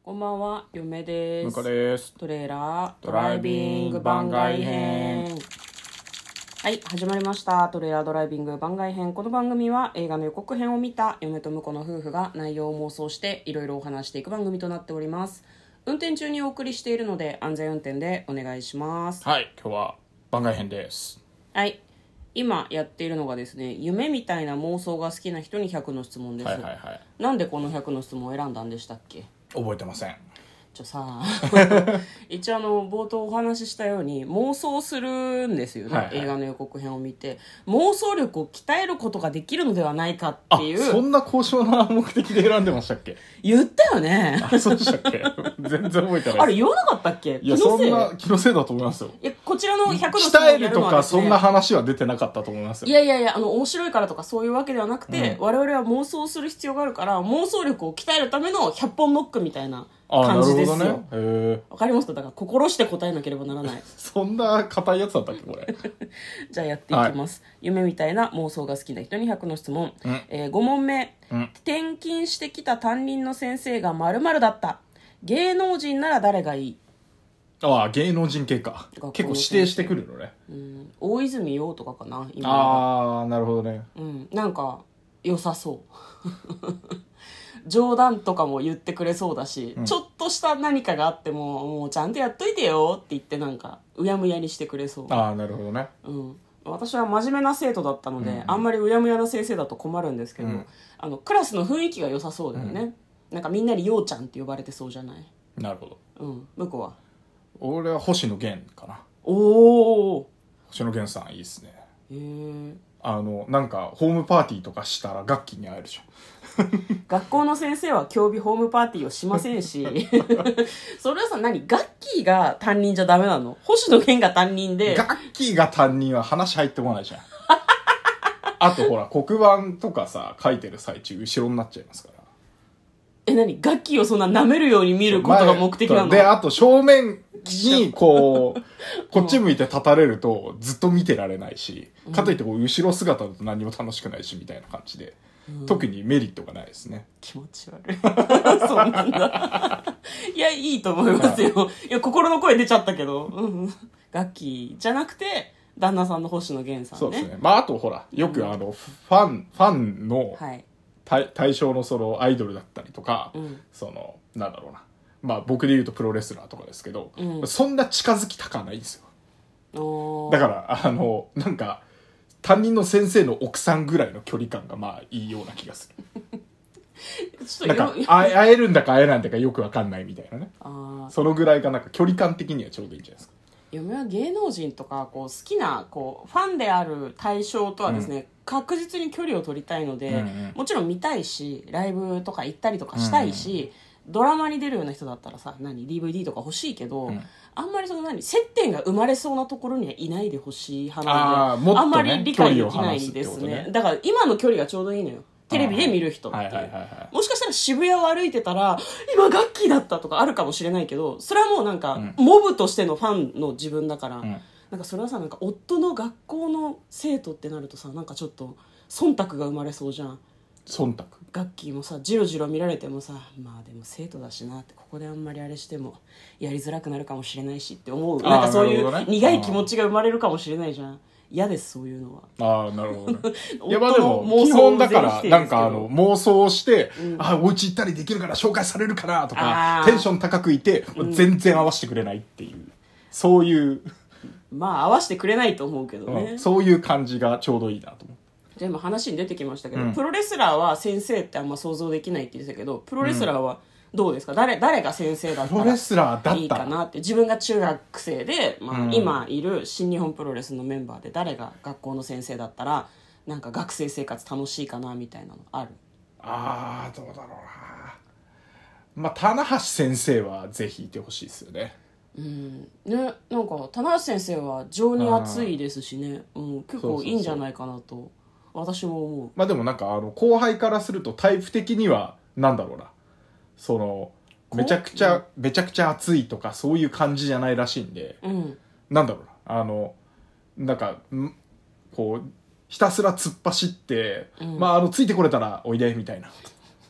こんばんは、嫁です。 向こです。 トレーラードライビング番外編。はい、始まりました。トレーラードライビング番外編。この番組は映画の予告編を見た嫁と婿の夫婦が内容を妄想していろいろお話していく番組となっております。運転中にお送りしているので安全運転でお願いします。 はい、今日は番外編です。 はい。今やっているのがですね、夢みたいな妄想が好きな人に100の質問です。 はいはいはい。 なんでこの100の質問を選んだんでしたっけ？ 覚えてません。 さ一応冒頭お話ししたように妄想するんですよね、 はいはい、 映画の予告編を見て妄想力を鍛えることができるのではないかっていう。 そんな高尚な目的で選んでましたっけ？ 言ったよね。 そうでしたっけ？全然覚えてない。 あれ言わなかったっけ？ いや、そんな気のせいだと思いますよ。 いや、こちらの100の質問をやるのはですね、 鍛えるとかそんな話は出てなかったと思いますよ。 いや面白いからとかそういうわけではなくて、我々は妄想する必要があるから妄想力を鍛えるための100本ノックみたいな感じですよ。 なるほどね。 わかりますか？だから心して答えなければならない。 そんな硬いやつだったっけこれ？ じゃあやっていきます、はい、夢みたいな妄想が好きな人に100の質問、5問目、転勤してきた担任の先生が〇〇だった。芸能人なら誰がいい？ 芸能人系か。結構指定してくるのね。 大泉洋とかかな今。なるほどね。 なんか良さそう冗談とかも言ってくれそうだし、ちょっとした何かがあってもうちゃんとやっといてよって言ってなんかうやむやにしてくれそう。 なるほどね。 私は真面目な生徒だったので、あんまりうやむやな先生だと困るんですけど、クラスの雰囲気が良さそうだよね、なんかみんなにようちゃんって呼ばれてそうじゃない？ なるほど。 向こうは？ 俺は星野源かな。 おお、 星野源さんいいですね。 へえ。 なんかホームパーティーとかしたらガッキーに会えるじゃん。 学校の先生は競技ホームパーティーをしませんしそれはさ、ガッキーが担任じゃダメなの？星野源が担任で。 ガッキーが担任は話入ってこないじゃんあとほら黒板とかさ書いてる最中後ろになっちゃいますから。 ガッキーをそんな舐めるように見ることが目的なの？ で、あと正面にこっち向いて立たれるとずっと見てられないし、かといって後ろ姿だと何も楽しくないしみたいな感じで、特にメリットがないですね。 気持ち悪いそうなんだいや、いいと思いますよ。いや、心の声出ちゃったけど、ガッキーじゃなくて旦那さんの星野源さんね。 そうですね。あとほらよくファンの、はい、対象のそのアイドルだったりとか、なんだろうな、僕で言うとプロレスラーとかですけど、そんな近づきたかないんですよ。だからなんか担任の先生の奥さんぐらいの距離感がいいような気がするなんか会えるんだか会えないんだかよく分かんないみたいなね。そのぐらいがなんか距離感的にはちょうどいいんじゃないですか。 嫁は芸能人とか好きなファンである対象とはですね、確実に距離を取りたいので、もちろん見たいしライブとか行ったりとかしたいし、ドラマに出るような人だったらさ、DVD とか欲しいけど、あんまり接点が生まれそうなところにはいないでほしい派なので、あんまり理解できないですね。だから今の距離がちょうどいいのよ。テレビで見る人っていう。もしかしたら渋谷を歩いてたら今ガッキーだったとかあるかもしれないけど、それはもうなんか、モブとしてのファンの自分だから、なんかそれはさ、なんか夫の学校の生徒ってなるとさ、なんかちょっと忖度が生まれそうじゃん。 忖度。 ガッキーもさ、ジロジロ見られてもさ、でも生徒だしなって、ここであんまりあれしてもやりづらくなるかもしれないしって思う、なんかそういう苦い気持ちが生まれるかもしれないじゃん。嫌です、そういうのは。 なるほどねいやでも基本だからなんか妄想して、お家行ったりできるから紹介されるかなとかテンション高くいて、全然合わせてくれないっていう、そういう合わせてくれないと思うけどね、 そういう感じがちょうどいいなと思う。 じゃあ今話に出てきましたけど、プロレスラーは先生ってあんま想像できないって言ってたけど、プロレスラーはどうですか？誰が先生だったらいいかなって。自分が中学生で、今いる新日本プロレスのメンバーで誰が学校の先生だったらなんか学生生活楽しいかなみたいなのある？ どうだろうな。棚橋先生はぜひいてほしいですよね。 なんか棚橋先生は情に熱いですしね、結構いいんじゃないかなと私も思う。 でもなんか後輩からするとタイプ的にはなんだろうな、めちゃくちゃ熱いとかそういう感じじゃないらしいんで、なんだろうな、なんかひたすら突っ走って、ついてこれたらおいでみたいな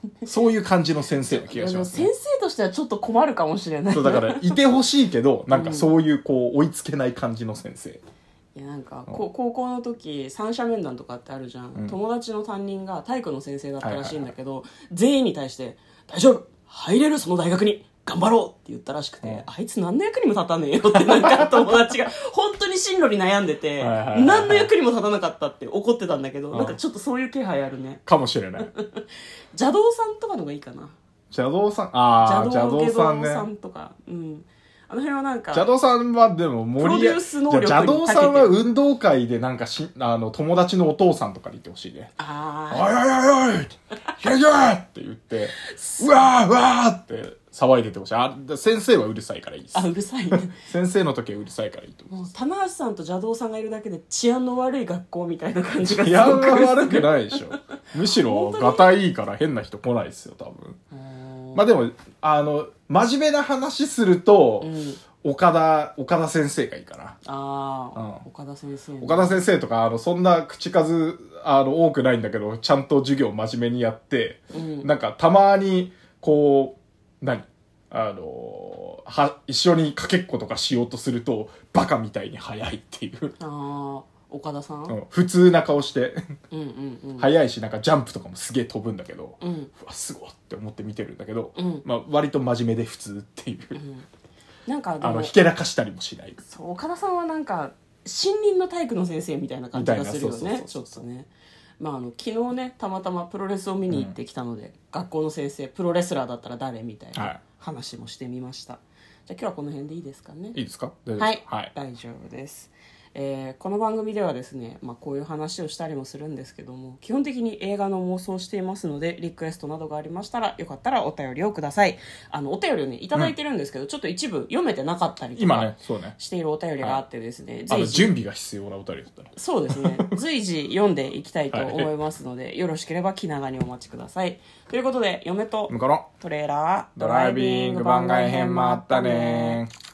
そういう感じの先生の気がします、 ね、先生としてはちょっと困るかもしれない。 そうだからいてほしいけどなんかそういうこう追いつけない感じの先生。 いやなんか高校の時三者面談とかってあるじゃん、友達の担任が体育の先生だったらしいんだけど、全員に対して大丈夫入れるその大学に頑張ろうって言ったらしくて、あいつ何の役にも立たねえよってなんか友達が本当に進路に悩んでて何の役にも立たなかったって怒ってたんだけど、なんかちょっとそういう気配あるね。 かもしれない。 邪道さんとかのがいいかな。 邪道さん邪道さんね。 さんとか、あの辺はなんか邪道さんはでも邪道さんは運動会でなんか友達のお父さんとかに言ってほしいね。おいおいおいおいひゃひゃって言ってうわーうわーって騒いでてほしい。先生はうるさいからいいです。 うるさいね。 先生の時はうるさいからいいと思う。 棚橋さんと邪道さんがいるだけで治安の悪い学校みたいな感じがする。治安は悪くないでしょ。むしろガタいいから変な人来ないですよ多分。まあでも真面目な話すると、岡田先生がいいかな。岡田先生、ね、岡田先生とかそんな口数多くないんだけどちゃんと授業真面目にやって、なんかたまにこう一緒にかけっことかしようとするとバカみたいに速いっていう。 岡田さん、 普通な顔して速いしなんかジャンプとかもすげえ飛ぶんだけど、うわすごいって思って見てるんだけど、まあ、割と真面目で普通っていう、なんかひけらかしたりもしない。 そう岡田さんはなんか新任の体育の先生みたいな感じがするよね。ちょっとね。まあ、昨日ねたまたまプロレスを見に行ってきたので、学校の先生プロレスラーだったら誰みたいな話もしてみました、じゃあ今日はこの辺でいいですかね。 いいですか。 はい、大丈夫です。この番組ではですね、こういう話をしたりもするんですけども、基本的に映画の妄想をしていますので、リクエストなどがありましたらよかったらお便りをください。お便りをねいただいてるんですけど、ちょっと一部読めてなかったりとかしているお便りがあってですね、 準備が必要なお便りだったらそうですね随時読んでいきたいと思いますので、よろしければ気長にお待ちください。ということで、嫁とトレーラードライビング番外編もあったね。